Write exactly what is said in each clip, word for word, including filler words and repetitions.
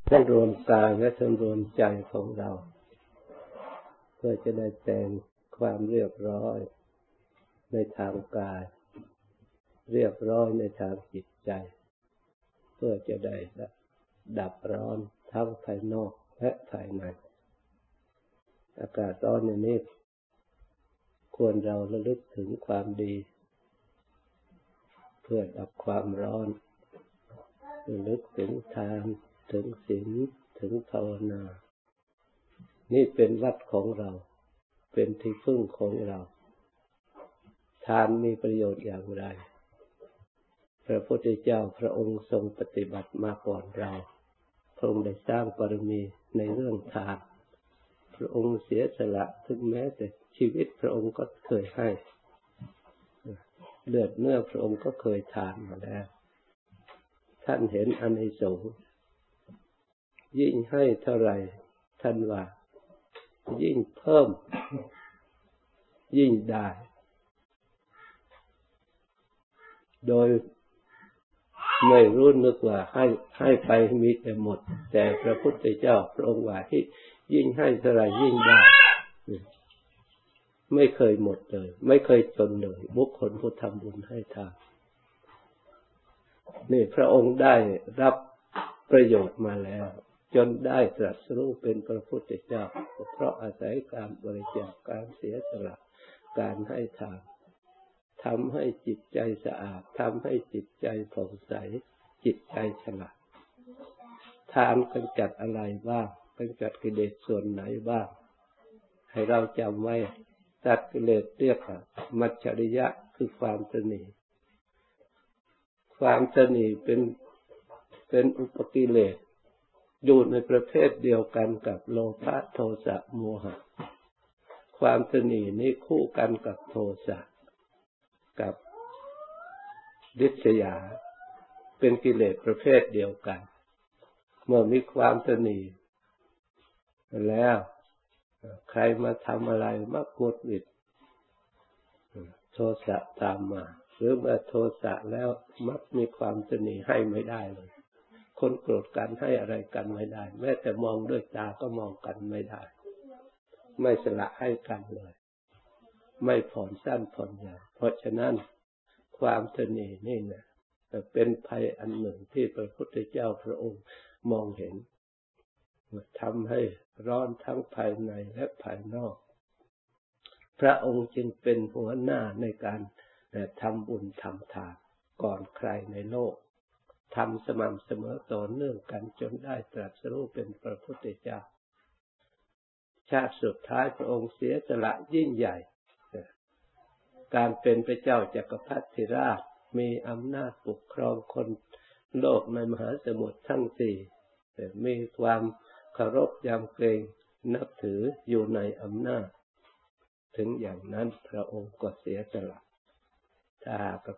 สำรวมกายและสำรวมใจของเราเพื่อจะได้แต่งความเรียบร้อยในทางกายเรียบร้อยในทางจิตใจเพื่อจะได้ดับร้อนทั้งภายนอกและภายในอากาศร้อนอย่างนี้ควรเราระลึกถึงความดีเพื่อดับความร้อนระลึกถึงทานถึงศีลถึงภาวนานี่เป็นวัดของเราเป็นที่พึ่งของเราทานมีประโยชน์อย่างไรพระพุทธเจ้าพระองค์ทรงปฏิบัติมาก่อนเราพระองค์ได้สร้างบารมีในเรื่องทานพระองค์เสียสละถึงแม้แต่ชีวิตพระองค์ก็เคยให้เลือดเนื้อพระองค์ก็เคยทานมาแล้วท่านเห็นอานิสงส์ยิ่งให้เท่าไหร่ท่านว่ายิ่งเพิ่มยิ่งได้โดยไม่รู้นึกว่าให้ให้ไปมีแต่หมดแต่พระพุทธเจ้าพระองค์ว่าที่ยิ่งให้เท่าไหร่ยิ่งได้ไม่เคยหมดเลยไม่เคยจนเลยบุคคลผู้ทำบุญให้ทานนี่พระองค์ได้รับประโยชน์มาแล้วจนได้ตรัสรู้เป็นพระพุทธเจ้าเพราะอาศัยการบริจาคการเสียสละการให้ทานทำให้จิตใจสะอาดทำให้จิตใจผ่องใสจิตใจฉลาดทานกำจัดอะไรบ้างกำจัดกิเลสส่วนไหนบ้างให้เราจำไว้ตัดกิเลสเรียกว่ามัจฉริยะคือความตนีความตนีเป็นเป็นอุปกิเลสอยู่ในประเภทเดียวกันกับโลภะโทสะโมหะความตนีนี้คู่กันกับโทสะกับริษยาเป็นกิเลสประเภทเดียวกันเมื่อมีความตนีแล้วใครมาทำอะไรมาพูดผิดโทสะตามมาหรือเมื่อโทสะแล้วมักมีความตนีให้ไม่ได้เลยคนโกรธกันให้อะไรกันไม่ได้แม้แต่มองด้วยตาก็มองกันไม่ได้ไม่สละให้กันเลยไม่ผ่อนสั้นผ่อนยาวเพราะฉะนั้นความตนีนี่นะเป็นภัยอันหนึ่งที่พระพุทธเจ้าพระองค์มองเห็นทำให้ร้อนทั้งภายในและภายนอกพระองค์จึงเป็นหัวหน้าในการทำบุญทำทานก่อนใครในโลกทำสม่ำเสมอต่อเนื่องกันจนได้ตรัสรู้เป็นพระพุทธเจ้าชาติสุดท้ายพระองค์เสียสละยิ่งใหญ่การเป็นพระเจ้าจักรพรรดิราชมีอำนาจปกครองคนโลกในมหาสมุทรทั้งสี่มีความเคารพยำเกรงนับถืออยู่ในอำนาจถึงอย่างนั้นพระองค์ก็เสียสละถ้ากับ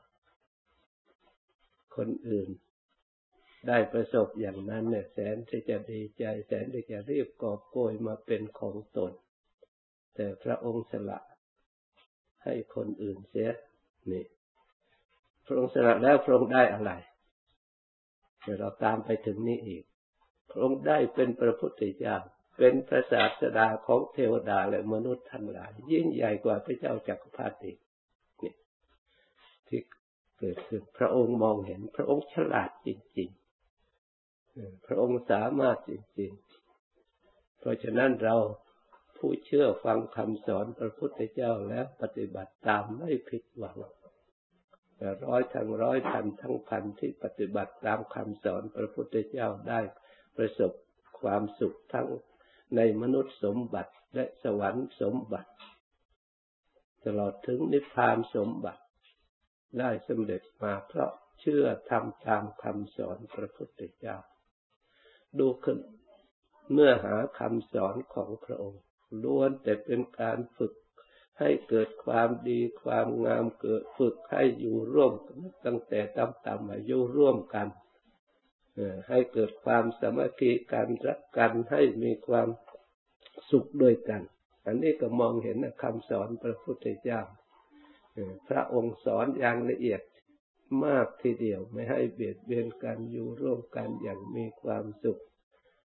คนอื่นได้ประสบอย่างนั้นเนี่ยแสนที่จะดีใจแสนที่จะรีบกอบโกยมาเป็นของตนแต่พระองค์สละให้คนอื่นเสียนี่พระองค์สละแล้วพระองค์ได้อะไรเดี๋ยวเราตามไปถึงนี้อีกพระองค์ได้เป็นพระพุทธเจ้าเป็นพระศาสดาของเทวดาและมนุษย์ทั้งหลายยิ่งใหญ่กว่าพระเจ้าจักรพรรดินี่ที่เกิดขึ้นพระองค์มองเห็นพระองค์ฉลาดจริงๆพระองค์สามารถจริงๆเพราะฉะนั้นเราผู้เชื่อฟังคำสอนพระพุทธเจ้าแล้วปฏิบัติตามไม่ผิดหวังแต่ร้อยทั้งร้อยพันทั้งพันที่ปฏิบัติตามคำสอนพระพุทธเจ้าได้ประสบความสุขทั้งในมนุษย์สมบัติและสวรรค์สมบัติตลอดถึงนิพพานสมบัติได้สำเร็จมาเพราะเชื่อทำตามคำสอนพระพุทธเจ้าดูขึ้นเนื้อหาคำสอนของพระองค์ล้วนแต่เป็นการฝึกให้เกิดความดีความงามเกิดฝึกให้อยู่ร่วมตั้งแต่ต่ำๆมาอยู่ร่วมกันให้เกิดความสามัคคีกันรักกันให้มีความสุขด้วยกันอันนี้ก็มองเห็นคำสอนพระพุทธเจ้าพระองค์สอนอย่างละเอียดมากทีเดียวไม่ให้เบียดเบียนกันอยู่ร่วมกันอย่างมีความสุข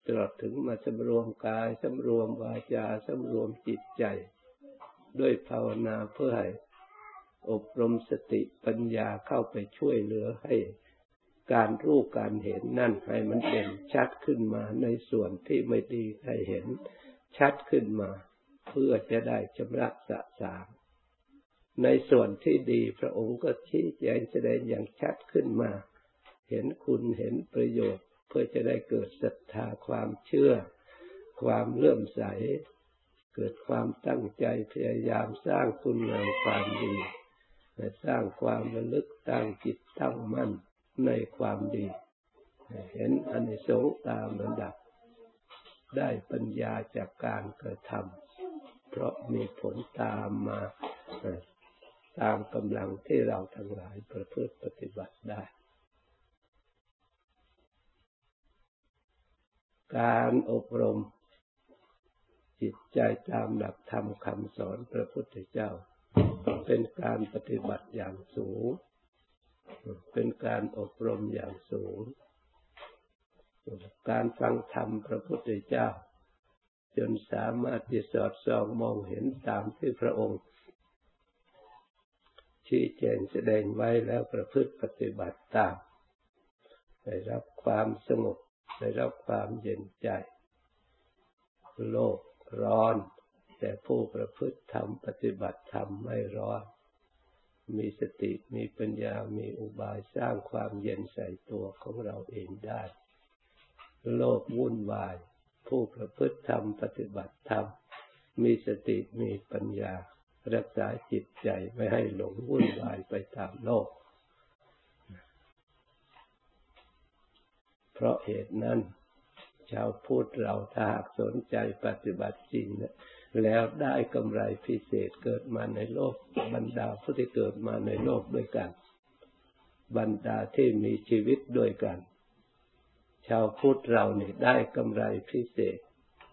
ตลอดถึงมาสำรวมกายสำรวมวาจาสำรวมจิตใจด้วยภาวนาเพื่อให้อบรมสติปัญญาเข้าไปช่วยเหลือให้การรู้การเห็นนั่นให้มันเด่นชัดขึ้นมาในส่วนที่ไม่ดีให้เห็นชัดขึ้นมาเพื่อจะได้ชำระสะสางในส่วนที่ดีพระองค์ก็ชี้แจงแสดงอย่างชัดขึ้นมาเห็นคุณเห็นประโยชน์เพื่อจะได้เกิดศรัทธาความเชื่อความเลื่อมใสเกิดความตั้งใจพยายามสร้างคุณงามความดีสร้างความระลึกตั้งจิตตั้งมั่นในความดีเห็นอานิสงส์ตามลำดับได้ปัญญาจากการกระทำเพราะมีผลตามมาตามกำลังที่เราทั้งหลายประพฤติปฏิบัติได้การอบรมจิตใจตามหลักธรรมคำสอนพระพุทธเจ้าเป็นการปฏิบัติอย่างสูงเป็นการอบรมอย่างสูงการฟังธรรมพระพุทธเจ้าจนสามารถที่สอดส่องมองเห็นตามที่พระองค์ชี้แจงแสดงไว้แล้วประพฤติปฏิบัติตามได้รับความสงบได้รับความเย็นใจโลกร้อนแต่ผู้ประพฤติธรรมปฏิบัติธรรมไม่ร้อนมีสติมีปัญญามีอุบายสร้างความเย็นใส่ตัวของเราเองได้โลกวุ่นวายผู้ประพฤติธรรมปฏิบัติธรรมมีสติมีปัญญารักษาจิตใจไม่ให้หลงวุ่นวายไปตามโลกเพราะเหตุนั้นชาวพุทธเราถ้าหากสนใจปฏิบัติจริงนะแล้วได้กำไรพิเศษเกิดมาในโลกบรรดาผู้ที่เกิดมาในโลกด้วยกันบรรดาที่มีชีวิตด้วยกันชาวพุทธเรานี่ได้กำไรพิเศษ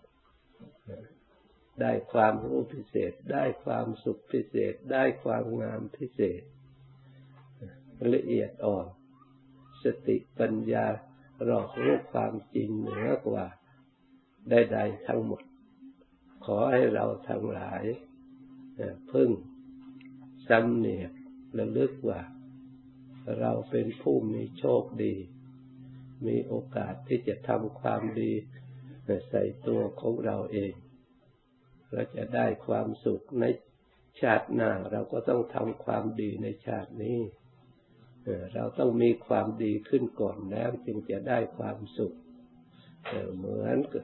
ได้ความรู้พิเศษได้ความสุขพิเศษได้ความงามพิเศษละเอียดอ่อนสติปัญญารอบรู้ความจริงเหนือกว่าใดๆทั้งหมดขอให้เราทั้งหลายพึ่งสำเนียกระลึกว่าเราเป็นผู้มีโชคดีมีโอกาสที่จะทำความดีใส่ตัวของเราเองเราจะได้ความสุขในชาติหน้าเราก็ต้องทำความดีในชาตินี้เราต้องมีความดีขึ้นก่อนแล้วจึงจะได้ความสุขเหมือนกับ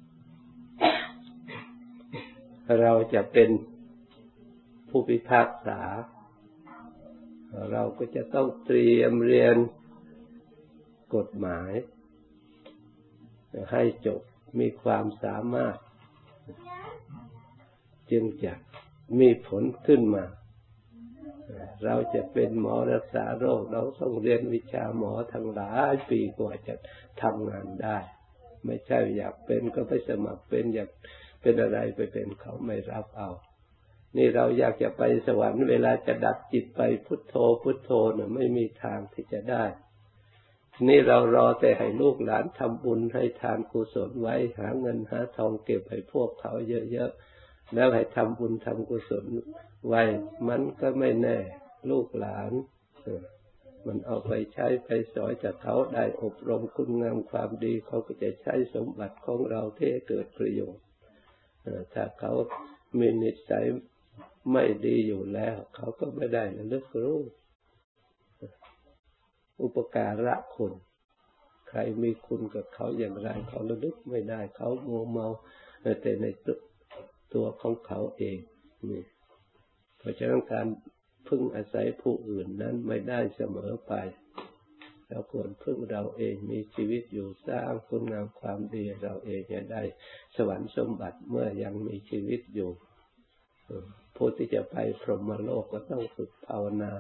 เราจะเป็นผู้พิพากษาเราก็จะต้องเตรียมเรียนกฎหมายให้จบมีความสามารถจึงจะมีผลขึ้นมาเราจะเป็นหมอรักษาโรคเราต้องเรียนวิชาหมอทั้งหลายปีกว่าจะทำงานได้ไม่ใช่อยากเป็นก็ไปสมัครเป็นอยากเป็นอะไรไปเป็นเขาไม่รับเอานี่เราอยากจะไปสวรรค์เวลาจะดับจิตไปพุทโธพุทโธเนี่ยไม่มีทางที่จะได้นี่เรารอแต่ให้ลูกหลานทำบุญให้ทานกุศลไว้หาเงินหาทองเก็บให้พวกเขาเยอะๆแล้วให้ทำบุญทำกุศลไว้มันก็ไม่แน่ลูกหลานมันเอาไปใช้ไปสอยจากเขาได้อบรมคุณงามความดีเขาก็จะใช้สมบัติของเราที่ให้เกิดประโยชน์ถ้าเขามีนิสัยไม่ดีอยู่แล้วเขาก็ไม่ได้ระลึกรู้อุปการะคุณใครมีคุณกับเขาอย่างไรเขาระลึกไม่ได้เขามัวเมาแต่ในตัวของเขาเองนี่เพราะฉะนั้นการพึ่งอาศัยผู้อื่นนั้นไม่ได้เสมอไปเราควรพึ่งเราเองมีชีวิตอยู่สร้างคุณงามความดีเราเองจะได้สวรรค์สมบัติเมื่อยังมีชีวิตอยู่ผู้ที่จะไปพรหมโลกก็ต้องฝึกภาวนา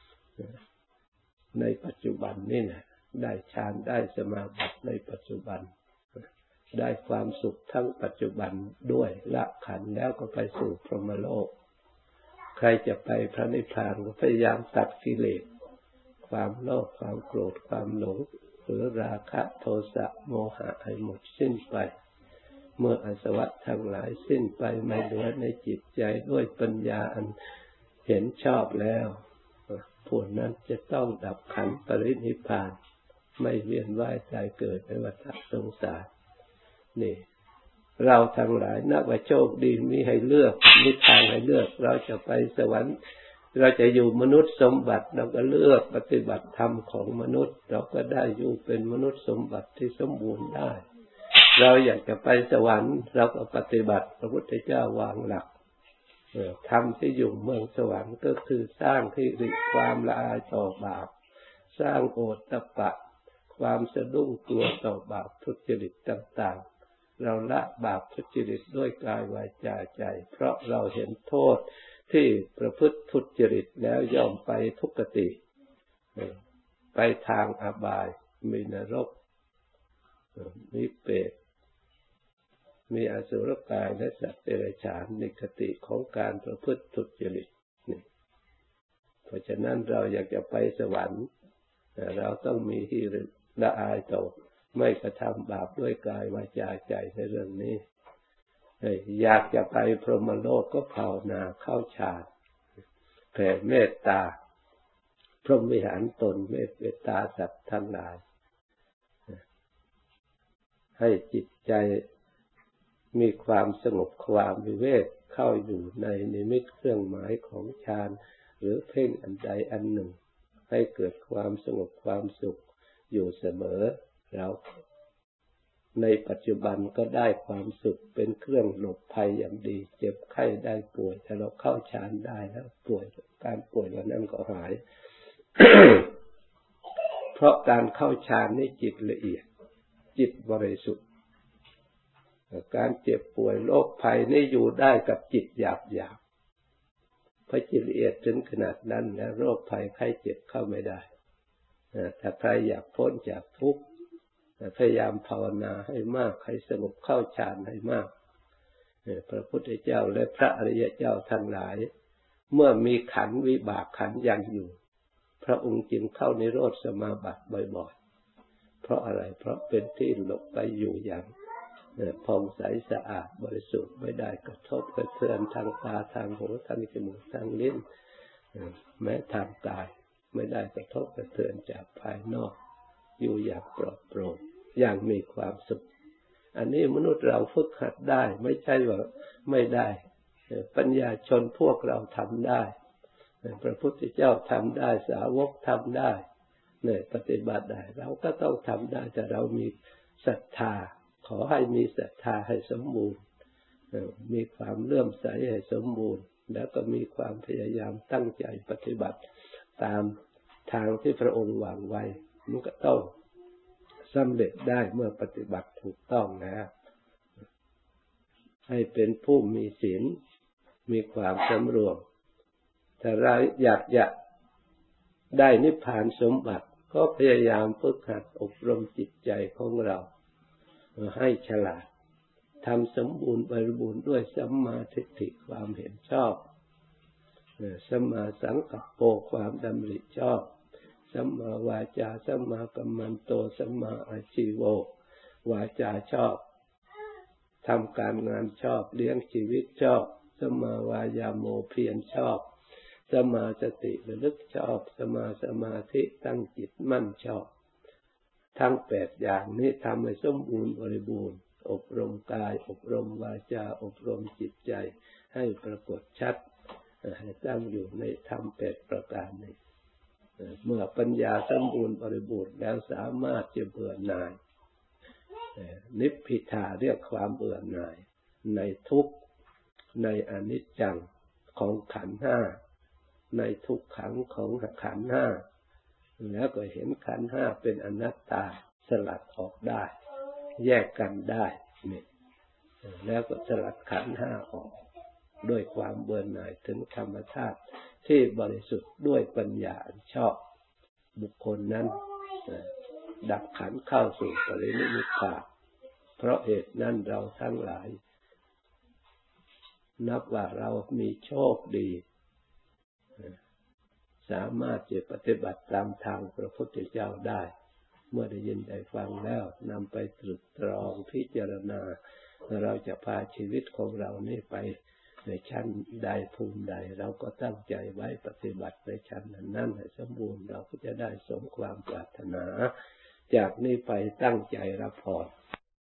ในปัจจุบันนี่นะได้ฌานได้สมาบัติในปัจจุบันได้ความสุขทั้งปัจจุบันด้วยละขันธ์แล้วก็ไปสู่พรหมโลกใครจะไปพระนิพพานก็พยายามตัดกิเลสความโลภความโกรธความหลงคือราคะโทสะโมหะให้หมดสิ้นไปเมื่ออาสวะทั้งหลายสิ้นไปไม่เหลือในจิตใจด้วยปัญญาอันเห็นชอบแล้วผู้นั้นจะต้องดับขันธ์ปรินิพพานไม่เวียนว่ายตายเกิดในวัฏสงสารนี่เราทั้งหลายนับว่าโชคดีมีให้เลือกมีทางให้เลือกเราจะไปสวรรค์เราจะอยู่มนุษย์สมบัติเราก็เลือกปฏิบัติธรรมของมนุษย์เราก็ได้อยู่เป็นมนุษย์สมบัติที่สมบูรณ์ได้เราอยากจะไปสวรรค์เราก็ปฏิบัติพระพุทธเจ้าวางหลักธรรมที่อยู่เมืองสวรรค์ก็คือสร้างที่ริความละอายต่อบาปสร้างโอตตัปปะความสะดุ้งกลัวต่อบาปทุจริตต่างๆเราละบาปทุจริตด้วยกายวาจาใจเพราะเราเห็นโทษที่ประพฤติทุจริตแล้วย่อมไปทุกขติไปทางอบายมีนรกมีเปรตมีอสุรกายและสัตว์เดรัจฉานในคติของการประพฤติทุจริตนี่เพราะฉะนั้นเราอยากจะไปสวรรค์เราต้องมีที่ละอายต่อไม่กระทำบาปด้วยกายวาจาใจในเรื่องนี้อยากจะไปพรหมโลกก็ภาวนาเข้าฌานแผ่เมตตาพรหมวิหารตนเมตตาสัตว์ทั้งหลายให้จิตใจมีความสงบความวิเวกเข้าอยู่ในนิมิตเครื่องหมายของฌานหรือเพ่งอันใดอันหนึ่งให้เกิดความสงบความสุขอยู่เสมอเราในปัจจุบันก็ได้ความสุขเป็นเครื่องหลบภัยอย่างดีเจ็บไข้ได้ป่วยถ้าเราเข้าฌานได้แล้วป่วยการป่วยเหล่านั้นก็หาย เพราะการเข้าฌานนี่จิตละเอียดจิตบริสุทธิ์การเจ็บป่วยโรคภัยนี่อยู่ได้กับจิตหยาบๆพอจิตละเอียดถึงขนาดนั้นแล้วโรคภัยไข้เจ็บเข้าไม่ได้ถ้าใครอยากพ้นจากทุกข์พยายามภาวนาให้มากให้สงบเข้าฌานให้มากพระพุทธเจ้าและพระอริยเจ้าทั้งหลายเมื่อมีขันธ์วิบากขันธ์ยังอยู่พระองค์จึงเข้านิโรธสมาบัติบ่อยๆเพราะอะไรเพราะเป็นที่หลบไปอยู่อย่างผ่องใสสะอาดบริสุทธิ์ไม่ได้กระทบกระเทือนทางตาทางหูทางจมูกทางลิ้นแม้ทางกายไม่ได้กระทบกระเทือนจากภายนอกอยู่อย่างปลอดโปร่งอย่างมีความสุขอันนี้มนุษย์เราฝึกหัดได้ไม่ใช่ว่าไม่ได้ปัญญาชนพวกเราทำได้พระพุทธเจ้าทำได้สาวกทำได้เนี่ยปฏิบัติได้เราก็ต้องทำได้แต่เรามีศรัทธาขอให้มีศรัทธาให้สมบูรณ์มีความเลื่อมใสให้สมบูรณ์แล้วก็มีความพยายามตั้งใจปฏิบัติตามทางที่พระองค์วางไว้มันก็ต้องสำเร็จได้เมื่อปฏิบัติถูกต้องนะให้เป็นผู้มีศีลมีความสำรวมถ้าเราอยากจะได้นิพพานสมบัติก็พยายามฝึกหัดอบรมจิตใจของเราให้ฉลาดทำสมบูรณ์บริบูรณ์ด้วยสัมมาทิฏฐิความเห็นชอบสัมมาสังกัปโปความดำริชอบสัมมาวาจาสัมมากัมมันโตสัมมาอาชีโววาจาชอบทำการงานชอบเลี้ยงชีวิตชอบสัมมาวายาโมเพียรชอบสัมมาสติระลึกชอบสัมมาสมาธิตั้งจิตมั่นชอบทั้งแปดอย่างนี้ทำให้สมบูรณ์บริบูรณ์อบรมกายอบรมวาจาอบรมจิตใจให้ปรากฏชัดให้ตั้งอยู่ในธรรมแปดประการนี้เมื่อปัญญาสมบูรณ์บริบูรณ์แล้วสามารถจะเบื่อหน่ายนิพพิทาเรียกความเบื่อหน่ายในทุกข์ในอนิจจังของขันธ์ห้าในทุกขังของขันธ์ห้าแล้วก็เห็นขันธ์ห้าเป็นอนัตตาสลัดออกได้แยกกันได้นี่แล้วก็สลัดขันธ์ห้าออกด้วยความเบื่อหน่ายถึงธรรมชาติที่บริสุทธิ์ด้วยปัญญาอันชอบบุคคลนั้นดับขันธ์เข้าสู่ปรินิพพานเพราะเหตุนั้นเราทั้งหลายนับว่าเรามีโชคดีสามารถจะปฏิบัติตามทางพระพุทธเจ้าได้เมื่อได้ยินได้ฟังแล้วนำไปตรึกตรองพิจารณาเราจะพาชีวิตของเรานี่ไปในชั้นใดภูมิใดเราก็ตั้งใจไว้ปฏิบัติในชั้นนั้นให้สมบูรณ์เราก็จะได้สมความปรารถนาจากนี้ไปตั้งใจรับพร